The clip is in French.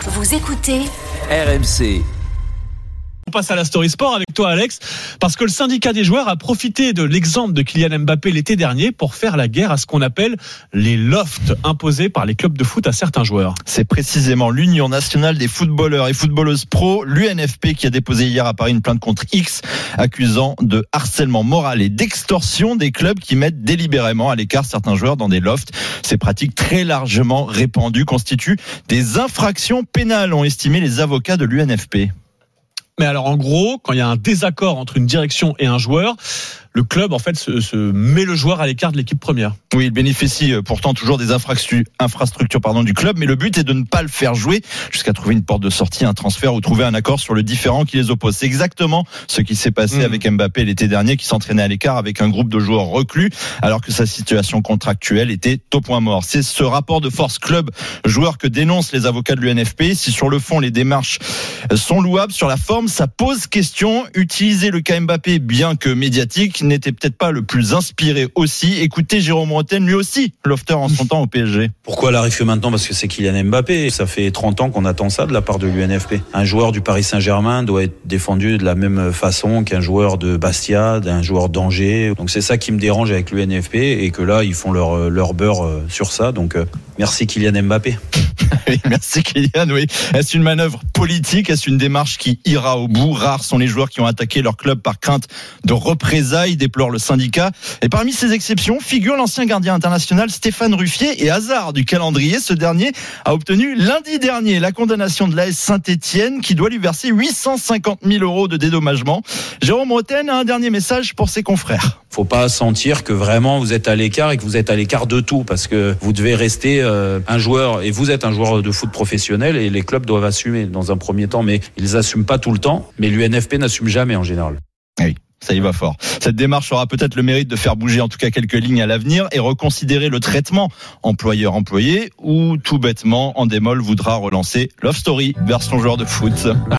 Vous écoutez RMC. On passe à la Story Sport avec toi, Alex, parce que le syndicat des joueurs a profité de l'exemple de Kylian Mbappé l'été dernier pour faire la guerre à ce qu'on appelle les lofts imposés par les clubs de foot à certains joueurs. C'est précisément l'Union nationale des footballeurs et footballeuses pro, l'UNFP, qui a déposé hier à Paris une plainte contre X, accusant de harcèlement moral et d'extorsion des clubs qui mettent délibérément à l'écart certains joueurs dans des lofts. Ces pratiques très largement répandues constituent des infractions pénales, ont estimé les avocats de l'UNFP. Mais alors en gros, quand il y a un désaccord entre une direction et un joueur, le club en fait se met le joueur à l'écart de l'équipe première. Oui, il bénéficie pourtant toujours des infrastructures du club, mais le but est de ne pas le faire jouer jusqu'à trouver une porte de sortie, un transfert ou trouver un accord sur le différend qui les oppose. C'est exactement ce qui s'est passé avec Mbappé l'été dernier, qui s'entraînait à l'écart avec un groupe de joueurs reclus alors que sa situation contractuelle était au point mort. C'est ce rapport de force club-joueur que dénoncent les avocats de l'UNFP. Si sur le fond les démarches sont louables, sur la forme ça pose question. Utiliser le cas Mbappé, bien que médiatique, n'était peut-être pas le plus inspiré aussi. Écoutez Jérôme Rotten, lui aussi lofter en son temps au PSG. Pourquoi elle arrive que maintenant ? Parce que c'est Kylian Mbappé. Ça fait 30 ans qu'on attend ça de la part de l'UNFP. Un joueur du Paris Saint-Germain doit être défendu de la même façon qu'un joueur de Bastia, d'un joueur d'Angers. Donc c'est ça qui me dérange avec l'UNFP, et que là ils font leur beurre sur ça. Donc merci Kylian Mbappé. Oui, merci Kylian. Oui. Est-ce une manœuvre politique ? Est-ce une démarche qui ira au bout ? Rares sont les joueurs qui ont attaqué leur club par crainte de représailles, déplore le syndicat. Et parmi ces exceptions figure l'ancien gardien international Stéphane Ruffier. Et hasard du calendrier, ce dernier a obtenu lundi dernier la condamnation de l'AS Saint-Etienne, qui doit lui verser 850 000 € de dédommagement. Jérôme Rotten a un dernier message pour ses confrères. Faut pas sentir que vraiment vous êtes à l'écart et que vous êtes à l'écart de tout, parce que vous devez rester un joueur, et vous êtes un joueur de foot professionnel, et les clubs doivent assumer dans un premier temps, mais ils assument pas tout le temps, mais l'UNFP n'assume jamais en général. Oui. Ça y va fort. Cette démarche aura peut-être le mérite de faire bouger en tout cas quelques lignes à l'avenir et reconsidérer le traitement employeur-employé, ou tout bêtement Endemol voudra relancer Love Story version joueur de foot.